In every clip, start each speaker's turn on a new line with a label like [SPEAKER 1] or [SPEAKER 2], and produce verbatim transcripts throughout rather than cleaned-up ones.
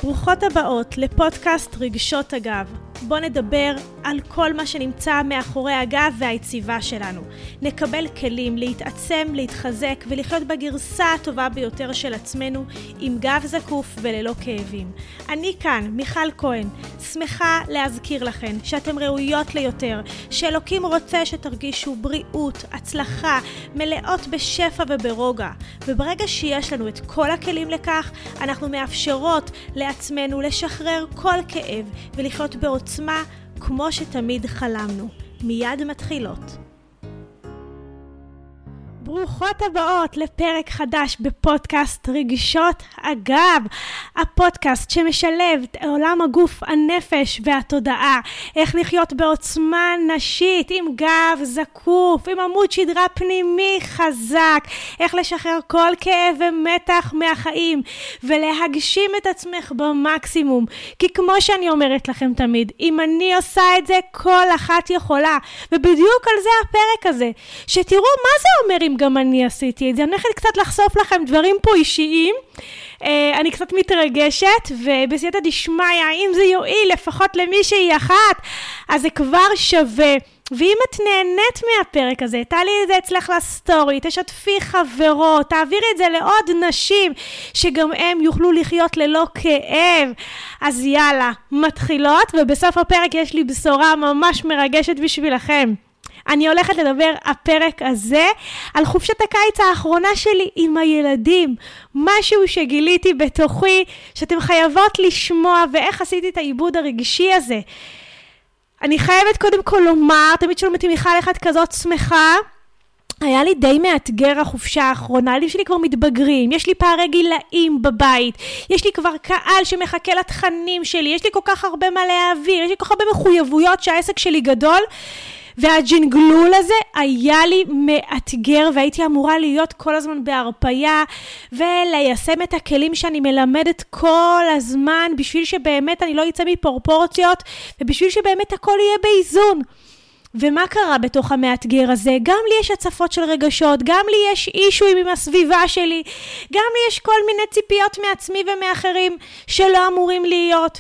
[SPEAKER 1] ברוכות הבאות לפודקאסט רגשות הגב. בוא נדבר על כל מה שנמצא מאחורי הגב והיציבה שלנו. נקבל כלים להתעצם, להתחזק ולחיות בגרסה הטובה ביותר של עצמנו עם גב זקוף וללא כאבים. אני כאן, מיכל כהן, שמחה להזכיר לכן שאתם ראויות ליותר, שאלוקים רוצה שתרגישו בריאות, הצלחה, מלאות בשפע וברוגע. וברגע שיש לנו את כל הכלים לכך, אנחנו מאפשרות לעצמנו לשחרר כל כאב ולחיות בעוצמה כמו שתמיד חלמנו. מיד מתחילות. ברוכות הבאות לפרק חדש בפודקאסט רגשות הגב. הפודקאסט שמשלב את עולם הגוף, הנפש והתודעה. איך לחיות בעוצמה נשית, עם גב זקוף, עם עמוד שדרה פנימי חזק. איך לשחרר כל כאב ומתח מהחיים ולהגשים את עצמך במקסימום. כי כמו שאני אומרת לכם תמיד, אם אני עושה את זה, כל אחת יכולה. ובדיוק על זה הפרק הזה. שתראו מה זה אומר אם גם אני עשיתי את זה. אני הולכת קצת לחשוף לכם דברים פה אישיים. Uh, אני קצת מתרגשת, ובסייעתא דשמיא, אם זה יועיל לפחות למישהי אחת, אז זה כבר שווה. ואם את נהנית מהפרק הזה, תעלי את זה אצלך לסטורי, תשתפי חברות, תעבירי את זה לעוד נשים, שגם הם יוכלו לחיות ללא כאב. אז יאללה, מתחילות, ובסוף הפרק יש לי בשורה ממש מרגשת בשבילכם. אני הולכת לדבר הפרק הזה על חופשת הקיץ האחרונה שלי עם הילדים. משהו שגיליתי בתוכי שאתם חייבות לשמוע, ואיך עשיתי את העיבוד הרגשי הזה. אני חייבת קודם כל לומר, תמיד שואלים אותי מיכל איך את כזאת שמחה. היה לי די מאתגר החופשה האחרונה, הילדים שלי כבר מתבגרים, יש לי פערי גילאים בבית, יש לי כבר קהל שמחכה לתכנים שלי, יש לי כל כך הרבה מה להעביר, יש לי כל כך הרבה מחויבויות שהעסק שלי גדול, והג'ינגלול הזה היה לי מאתגר, והייתי אמורה להיות כל הזמן בהרפאיה, וליישם את הכלים שאני מלמדת כל הזמן, בשביל שבאמת אני לא יצא מפרופורציות, ובשביל שבאמת הכל יהיה באיזון. ומה קרה בתוך המאתגר הזה? גם לי יש הצפות של רגשות, גם לי יש אישויים עם הסביבה שלי, גם לי יש כל מיני ציפיות מעצמי ומאחרים שלא אמורים להיות.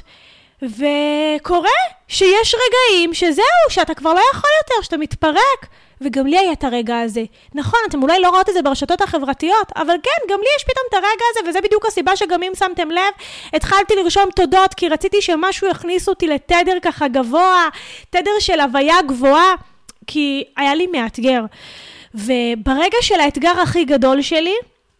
[SPEAKER 1] וקורה שיש רגעים שזהו, שאתה כבר לא יכול יותר, שאתה מתפרק. וגם לי היה את הרגע הזה. נכון, אתם אולי לא רואות את זה ברשתות החברתיות, אבל כן, גם לי יש פתאום את הרגע הזה, וזה בדיוק הסיבה שגם אם שמתם לב, התחלתי לרשום תודות, כי רציתי שמשהו יכניס אותי לתדר ככה גבוה, תדר של הוויה גבוהה, כי היה לי מאתגר. וברגע של האתגר הכי גדול שלי,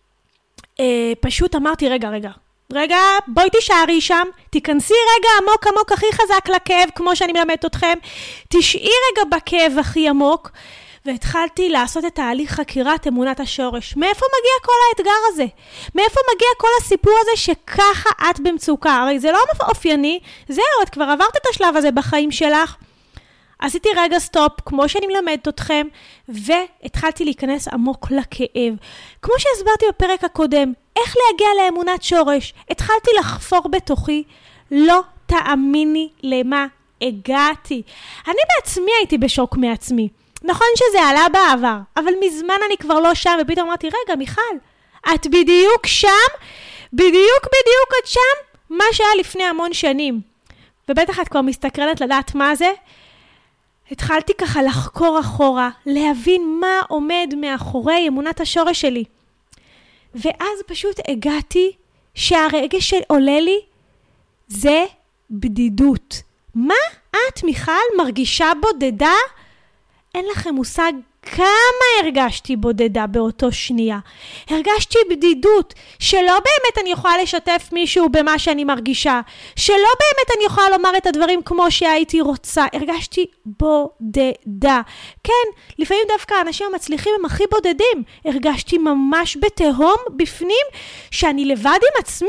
[SPEAKER 1] אה, פשוט אמרתי, רגע, רגע, רגע, בואי תישארי שם, תיכנסי רגע עמוק עמוק הכי חזק לכאב, כמו שאני מלמדת אתכם, תשאי רגע בכאב הכי עמוק, והתחלתי לעשות את תהליך חקירת אמונת השורש. מאיפה מגיע כל האתגר הזה? מאיפה מגיע כל הסיפור הזה שככה את במצוקה? הרי זה לא אופייני, זהו, את כבר עברת את השלב הזה בחיים שלך. עשיתי רגע סטופ, כמו שאני מלמדת אתכם, והתחלתי להיכנס עמוק לכאב. כמו שהסברתי בפרק הקודם, איך להגיע לאמונת שורש? התחלתי לחפור בתוכי, לא תאמיני למה הגעתי. אני בעצמי הייתי בשוק מעצמי. נכון שזה עלה בעבר, אבל מזמן אני כבר לא שם, ופתאום אמרתי, רגע מיכל, את בדיוק שם? בדיוק בדיוק את שם? מה שהיה לפני המון שנים. ובטח את כבר מסתכלת לדעת מה זה? התחלתי ככה לחקור אחורה, להבין מה עומד מאחורי אמונת השורש שלי. ואז פשוט הגעתי שהרגש שעולה לי זה בדידות. מה את, מיכל, מרגישה בודדה? אין לכם מושג כמה הרגשתי בודדה באותו שנייה. הרגשתי בדידות, שלא באמת אני יכולה לשתף מישהו במה שאני מרגישה, שלא באמת אני יכולה לומר את הדברים כמו שהייתי רוצה. הרגשתי בודדה. כן, לפעמים דווקא האנשים המצליחים הם הכי בודדים. הרגשתי ממש בתהום בפנים שאני לבד עם עצמי.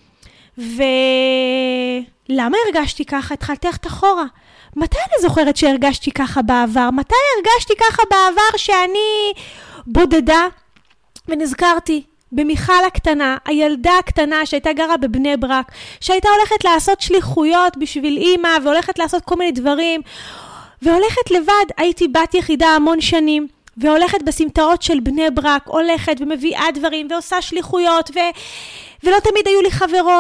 [SPEAKER 1] ולמה הרגשתי ככה? התחלתי ללכת אחורה. מתי אני זוכרת שהרגשתי ככה בעבר? מתי הרגשתי ככה בעבר שאני בודדה? ונזכרתי במיכל הקטנה, הילדה הקטנה שהייתה גרה בבני ברק, שהייתה הולכת לעשות שליחויות בשביל אימא, והולכת לעשות כל מיני דברים, והולכת לבד. הייתי בת יחידה המון שנים, והולכת בסמטאות של בני ברק, הולכת ומביאה דברים, ועושה שליחויות, ו... ולא תמיד היו לי חברות.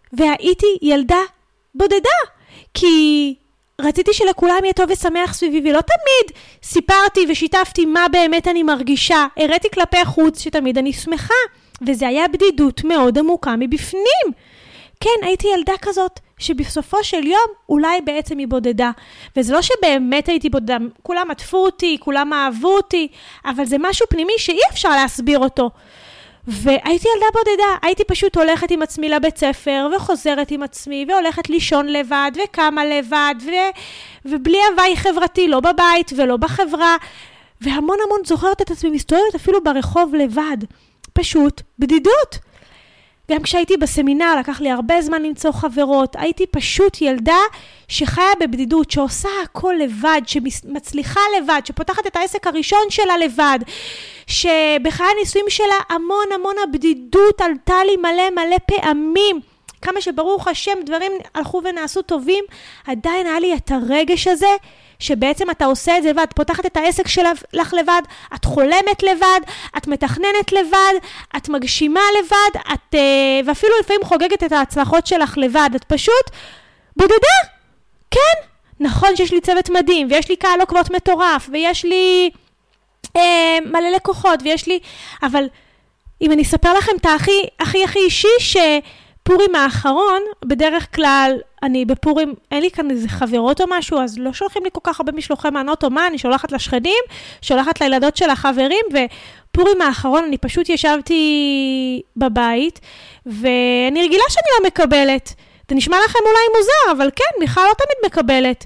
[SPEAKER 1] והייתי ילדה בודדה, כי רציתי שלכולם יהיה טוב ושמח סביבי, ולא תמיד סיפרתי ושיתפתי מה באמת אני מרגישה, הראיתי כלפי חוץ שתמיד אני שמחה, וזה היה בדידות מאוד עמוקה מבפנים. כן, הייתי ילדה כזאת, שבסופו של יום אולי בעצם היא בודדה, וזה לא שבאמת הייתי בודדה, כולם עטפו אותי, כולם אהבו אותי, אבל זה משהו פנימי שאי אפשר להסביר אותו. והייתי ילדה בודדה, הייתי פשוט הולכת עם עצמי לבית ספר, וחוזרת עם עצמי, והולכת לישון לבד, וקמה לבד, ו... ובלי הוואי חברתי, לא בבית ולא בחברה, והמון המון זוכרת את עצמי, מסתובבת אפילו ברחוב לבד, פשוט בדידות. גם כשהייתי בסמינר, לקח לי הרבה זמן למצוא חברות, הייתי פשוט ילדה שחיה בבדידות, שעושה הכל לבד, שמצליחה לבד, שפותחת את העסק הראשון שלה לבד, שבחיי הניסויים שלה המון המון הבדידות עלתה לי מלא מלא פעמים, כמה שברוך השם דברים הלכו ונעשו טובים, עדיין היה לי את הרגש הזה, שבעצם אתה עושה את זה לבד, פותחת את העסק שלך לבד, את חולמת לבד, את מתכננת לבד, את מגשימה לבד, את, ואפילו לפעמים חוגגת את ההצלחות שלך לבד, את פשוט בודדה, כן? נכון שיש לי צוות מדהים, ויש לי קהל עוקבות מטורף, ויש לי אה, מלא לקוחות, ויש לי, אבל אם אני אספר לכם את הכי, הכי הכי אישי, שפורים האחרון, בדרך כלל, אני בפורים, אין לי כאן איזה חברות או משהו, אז לא שולחים לי כל כך הרבה משלוחי מנות או מה, אני שולחת לשכנים, שולחת לילדות של החברים, ופורים האחרון אני פשוט ישבתי בבית, ואני רגילה שאני לא מקבלת. זה נשמע לכם אולי מוזר, אבל כן, בכלל לא תמיד מקבלת.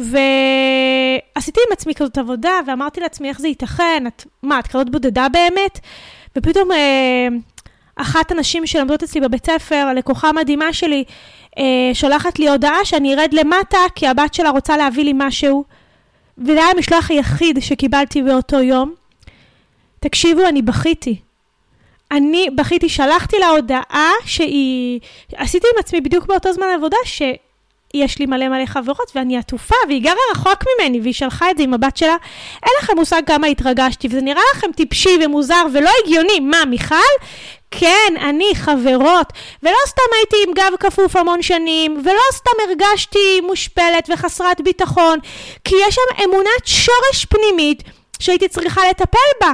[SPEAKER 1] ועשיתי עם עצמי כזאת עבודה, ואמרתי לעצמי איך זה ייתכן, את, מה, את כזאת בודדה באמת? ופתאום אה, אחת הנשים שלמדות אצלי בבית ספר, הלקוחה המדהימה שלי, שולחת לי הודעה שאני ארד למטה, כי הבת שלה רוצה להביא לי משהו, וזה היה המשלוח היחיד שקיבלתי באותו יום. תקשיבו, אני בכיתי. אני בכיתי, שלחתי לה הודעה שהיא, עשיתי עם עצמי בדיוק באותו זמן עבודה, שיש לי מלא מלא חברות, ואני עטופה, והיא גרה רחוק ממני, והיא שלחה את זה עם הבת שלה. אין לכם מושג כמה התרגשתי, וזה נראה לכם טיפשי ומוזר, ולא הגיוני. מה, מיכל? כן, אני חברות, ולא סתם הייתי עם גב כפוף המון שנים, ולא סתם הרגשתי מושפלת וחסרת ביטחון, כי יש שם אמונת שורש פנימית שהייתי צריכה לטפל בה.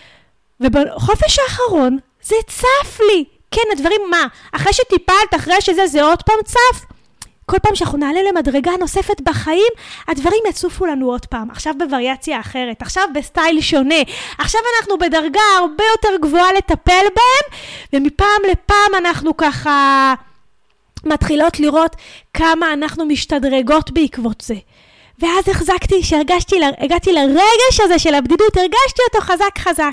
[SPEAKER 1] ובחופש האחרון זה צף לי. כן, הדברים מה? אחרי שטיפלת, אחרי שזה, זה עוד פעם צף? כל פעם שאנחנו נעלה למדרגה נוספת בחיים, הדברים יצופו לנו עוד פעם. עכשיו בווריאציה אחרת, עכשיו בסטייל שונה. עכשיו אנחנו בדרגה הרבה יותר גבוהה לטפל בהם, ומפעם לפעם אנחנו ככה מתחילות לראות כמה אנחנו משתדרגות בעקבות זה. ואז החזקתי, שהרגשתי, הגעתי לרגש הזה של הבדידות, הרגשתי אותו חזק חזק.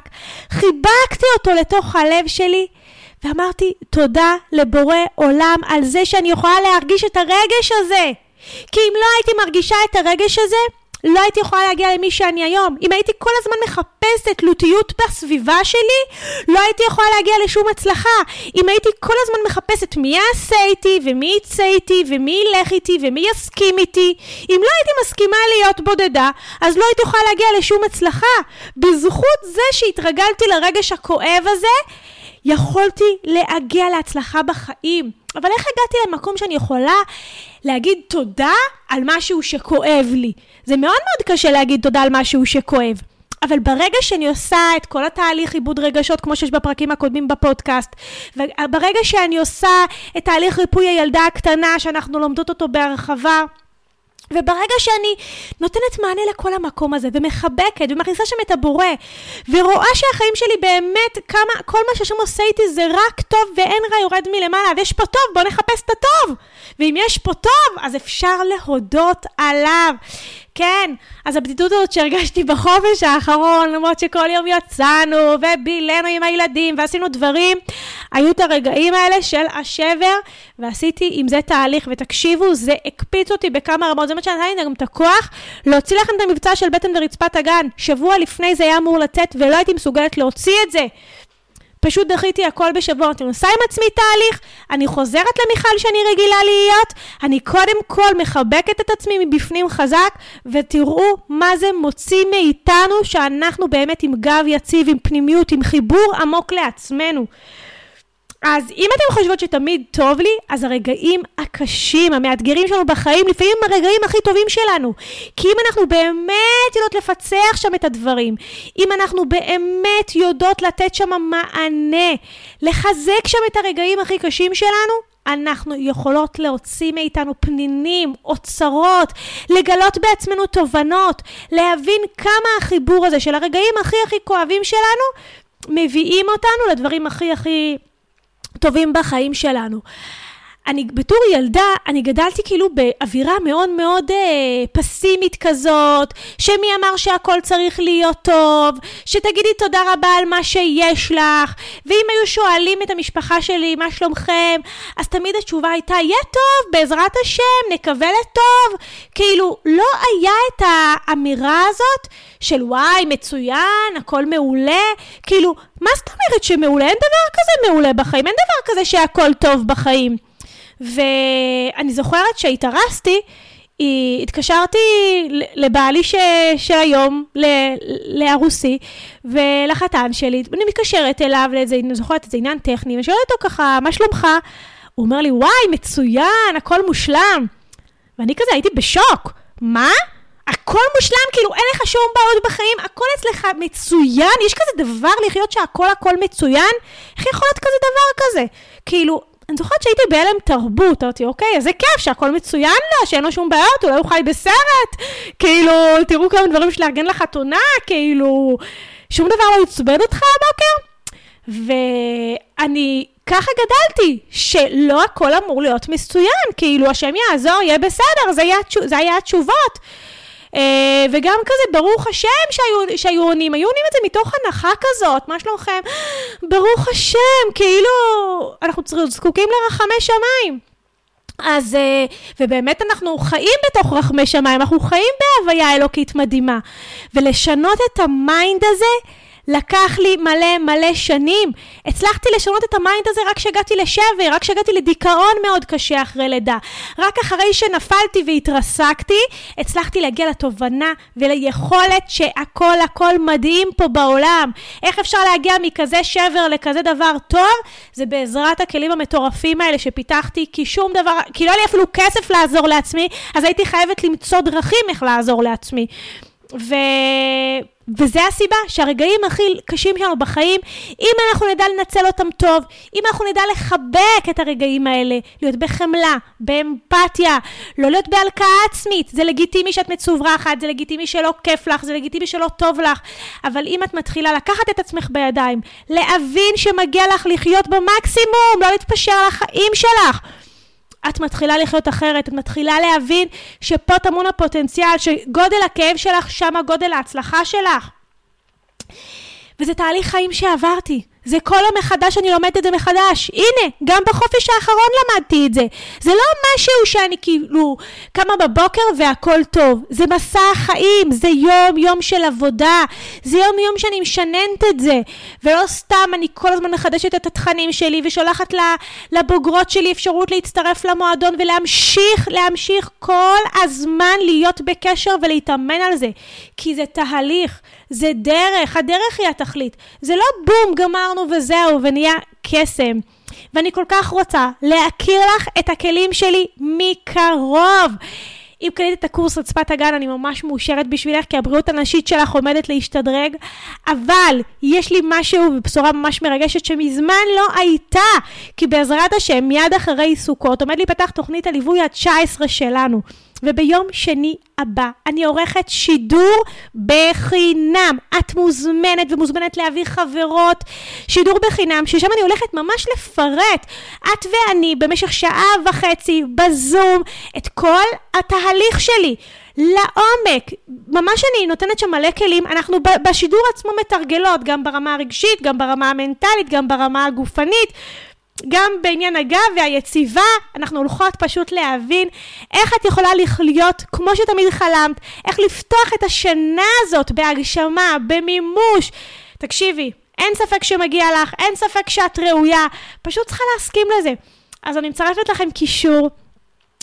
[SPEAKER 1] חיבקתי אותו לתוך הלב שלי, ואמרתי, תודה לבורא עולם על זה שאני יכולה להרגיש את הרגש הזה. כי אם לא הייתי מרגישה את הרגש הזה, לא הייתי יכולה להגיע למי שאני היום. אם הייתי כל הזמן מחפשת תלותיות בסביבה שלי, לא הייתי יכולה להגיע לשום הצלחה. אם הייתי כל הזמן מחפשת מי יעשה איתי, ומי יצא איתי, ומי ילך איתי, ומי יסכים איתי, אם לא הייתי מסכימה להיות בודדה, אז לא הייתי יכולה להגיע לשום הצלחה. בזכות זה שהתרגלתי לרגש הכואב הזה, יכולתי להגיע להצלחה בחיים. אבל איך הגעתי למקום שאני יכולה להגיד תודה על משהו שכואב לי? זה מאוד מאוד קשה להגיד תודה על משהו שכואב. אבל ברגע שאני עושה את כל התהליך עיבוד רגשות, כמו שיש בפרקים הקודמים בפודקאסט, וברגע שאני עושה את תהליך ריפוי הילדה הקטנה, שאנחנו לומדות אותו בהרחבה, וברגע שאני נותנת מענה לכל המקום הזה, ומחבקת, ומכניסה שם את הבורא, ורואה שהחיים שלי באמת, כמה, כל מה שהשם עושה איתי זה רק טוב, ואין רע יורד מלמעלה, ויש פה טוב, בוא נחפש את הטוב. ואם יש פה טוב, אז אפשר להודות עליו. כן, אז הבדידות הזאת שהרגשתי בחופש האחרון, למרות שכל יום יצאנו, ובילנו עם הילדים, ועשינו דברים, היו את הרגעים האלה של השבר, ועשיתי עם זה תהליך, ותקשיבו, זה הקפיץ אותי בכמה רמות, זה מה שנתן לי גם את הכוח, להוציא לכם את המבצע של בטן ורצפת הגן, שבוע לפני זה היה אמור לצאת, ולא הייתי מסוגלת להוציא את זה. פשוט דחיתי הכל בשבוע, אני עושה עם עצמי תהליך, אני חוזרת למיכל שאני רגילה להיות, אני קודם כל מחבקת את עצמי מבפנים חזק, ותראו מה זה מוציא מאיתנו, שאנחנו באמת עם גב יציב, עם פנימיות, עם חיבור עמוק לעצמנו. אז אם אתם חושבות שתמיד טוב לי, אז הרגעים הקשים, המאתגרים שלנו בחיים, לפעמים הרגעים הכי טובים שלנו. כי אם אנחנו באמת יודעות לפצח שם את הדברים, אם אנחנו באמת יודעות לתת שם מענה, לחזק שם את הרגעים הכי קשים שלנו, אנחנו יכולות להוציא מאיתנו פנינים, אוצרות, לגלות בעצמנו תובנות, להבין כמה החיבור הזה של הרגעים הכי הכי כואבים שלנו, מביאים אותנו לדברים הכי הכי טובים בחיים שלנו. אני בתור ילדה, אני גדלתי כאילו באווירה מאוד מאוד אה, פסימית כזאת, שמי אמר שהכל צריך להיות טוב, שתגידי תודה רבה על מה שיש לך, ואם היו שואלים את המשפחה שלי מה שלומכם, אז תמיד התשובה הייתה, יהיה טוב, בעזרת השם, נקווה לטוב. כאילו לא היה את האמירה הזאת של וואי, מצוין, הכל מעולה. כאילו, מה זאת אומרת שמעולה? אין דבר כזה מעולה בחיים, אין דבר כזה שהכל טוב בחיים. ואני זוכרת שהתארסתי, התקשרתי לבעלי ש... של היום, לארוסי, ולחתן שלי, ואני מתקשרת אליו, לאיזה, אני זוכרת איזה עניין טכני, ואני שואלת אותו ככה, מה שלומך? הוא אומר לי, וואי, מצוין, הכל מושלם. ואני כזה הייתי בשוק, מה? הכל מושלם, כאילו אין לך שום בעיות בחיים, הכל אצלך מצוין, יש כזה דבר לחיות שהכל הכל מצוין? איך יכול להיות כזה דבר כזה? כאילו, אני זוכרת שהייתי בהלם תרבות, אמרתי, אוקיי, אז זה כיף שהכל מצוין לה, שאין לו שום בעיות, אולי הוא חי בסרט, כאילו, תראו כמה דברים של לארגן לחתונה, כאילו, שום דבר לא יצובד אותך הבוקר, ואני ככה גדלתי, שלא הכל אמור להיות מצוין, כאילו, השם יעזור, יהיה בסדר, זה היה, זה היה התשובות, וגם כזה, ברוך השם שהיו, שהיו עונים, היו עונים את זה מתוך הנחה כזאת, מה שלומכם? ברוך השם, כאילו, אנחנו זקוקים לרחמי שמיים. אז, ובאמת אנחנו חיים בתוך רחמי שמיים, אנחנו חיים בהוויה אלוקית מדהימה, ולשנות את המיינד הזה, לקח לי מלא מלא שנים. הצלחתי לשנות את המיינד הזה רק שהגעתי לשבר, רק שהגעתי לדיכאון מאוד קשה אחרי לידה. רק אחרי שנפלתי והתרסקתי, הצלחתי להגיע לתובנה וליכולת שהכל הכל מדהים פה בעולם. איך אפשר להגיע מכזה שבר לכזה דבר טוב? זה בעזרת הכלים המטורפים האלה שפיתחתי, כי שום דבר, כי לא היה לי אפילו כסף לעזור לעצמי, אז הייתי חייבת למצוא דרכים איך לעזור לעצמי. ו... וזה הסיבה שהרגעים הכי קשים שלנו בחיים, אם אנחנו נדע לנצל אותם טוב, אם אנחנו נדע לחבק את הרגעים האלה, להיות בחמלה, באמפתיה, לא להיות בהלקאה עצמית, זה לגיטימי שאת מצוברחת, זה לגיטימי שלא כיף לך, זה לגיטימי שלא טוב לך, אבל אם את מתחילה לקחת את עצמך בידיים, להבין שמגיע לך לחיות במקסימום, לא להתפשר על החיים שלך, את מתחילה לחיות אחרת, את מתחילה להבין שפה תמון הפוטנציאל, שגודל הכאב שלך, שם הגודל ההצלחה שלך. וזה תהליך חיים שעברתי. זה כל יום מחדש אני לומדת את זה מחדש. הנה, גם בחופש האחרון למדתי את זה. זה לא משהו שאני כאילו קמה בבוקר והכל טוב. זה מסע החיים, זה יום יום של עבודה. זה יום יום שאני משננת את זה. ולא סתם אני כל הזמן מחדשת את התכנים שלי ושולחת לבוגרות שלי אפשרות להצטרף למועדון ולהמשיך, להמשיך כל הזמן להיות בקשר ולהתאמן על זה. כי זה תהליך. זה דרך, הדרך היא התכלית. זה לא בום, גמרנו וזהו, ונהיה קסם. ואני כל כך רוצה להכיר לך את הכלים שלי מקרוב. אם קנית את הקורס רצפת הגן, אני ממש מאושרת בשבילך, כי הבריאות הנשית שלך עומדת להשתדרג, אבל יש לי משהו ובשורה ממש מרגשת שמזמן לא הייתה, כי בעזרת השם, מיד אחרי סוכות, עומד להיפתח תוכנית הליווי ה-תשע עשרה שלנו, וביום שני הבא אני עורכת שידור בחינם. את מוזמנת ומוזמנת להביא חברות. שידור בחינם ששם אני הולכת ממש לפרט, את ואני במשך שעה וחצי בזום, את כל התהליך שלי לעומק. ממש אני נותנת שם מלא כלים. אנחנו בשידור עצמו מתרגלות, גם ברמה הרגשית, גם ברמה המנטלית, גם ברמה הגופנית, גם בעניין הגב והיציבה. אנחנו הולכות פשוט להבין איך את יכולה להיות כמו שתמיד חלמת, איך לפתוח את השנה הזאת בהגשמה, במימוש. תקשיבי, אין ספק שמגיע לך, אין ספק שאת ראויה, פשוט צריכה להסכים לזה. אז אני מצרפת לכם קישור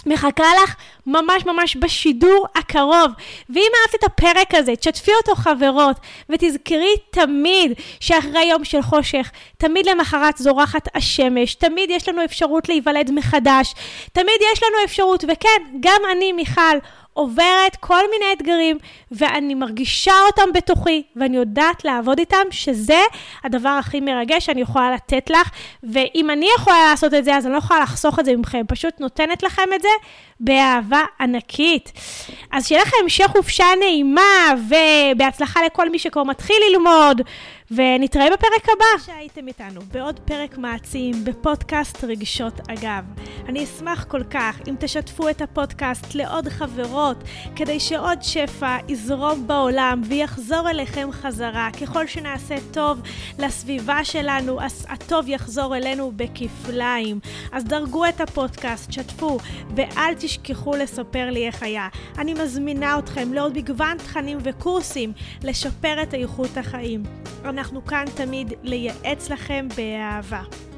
[SPEAKER 1] מחכה לך ממש ממש בשידור הקרוב. ואם אהבת את הפרק הזה, תשתפי אותו חברות, ותזכרי תמיד שאחרי יום של חושך, תמיד למחרת זורחת השמש, תמיד יש לנו אפשרות להיוולד מחדש, תמיד יש לנו אפשרות, וכן, גם אני מיכל, עוברת כל מיני אתגרים, ואני מרגישה אותם בתוכי, ואני יודעת לעבוד איתם, שזה הדבר הכי מרגש שאני יכולה לתת לך, ואם אני יכולה לעשות את זה, אז אני לא יכולה לחסוך את זה ממכם, פשוט נותנת לכם את זה באהבה ענקית. אז שיהיה לכם המשך חופשה נעימה, ובהצלחה לכל מי שכבר מתחיל ללמוד, ונתראה בפרק הבא. שהייתם איתנו בעוד פרק מעצים בפודקאסט רגשות אגב. אני אשמח כל כך אם תשתפו את הפודקאסט לעוד חברות, כדי שעוד שפע יזרום בעולם ויחזור אליכם חזרה. ככל שנעשה טוב לסביבה שלנו, אז הטוב יחזור אלינו בכפליים. אז דרגו את הפודקאסט, שתפו, ואל תשכחו לספר לי איך היה. אני מזמינה אתכם לעוד מגוון תכנים וקורסים לשפר את איכות החיים. אנחנו כאן תמיד לייעץ לכם באהבה.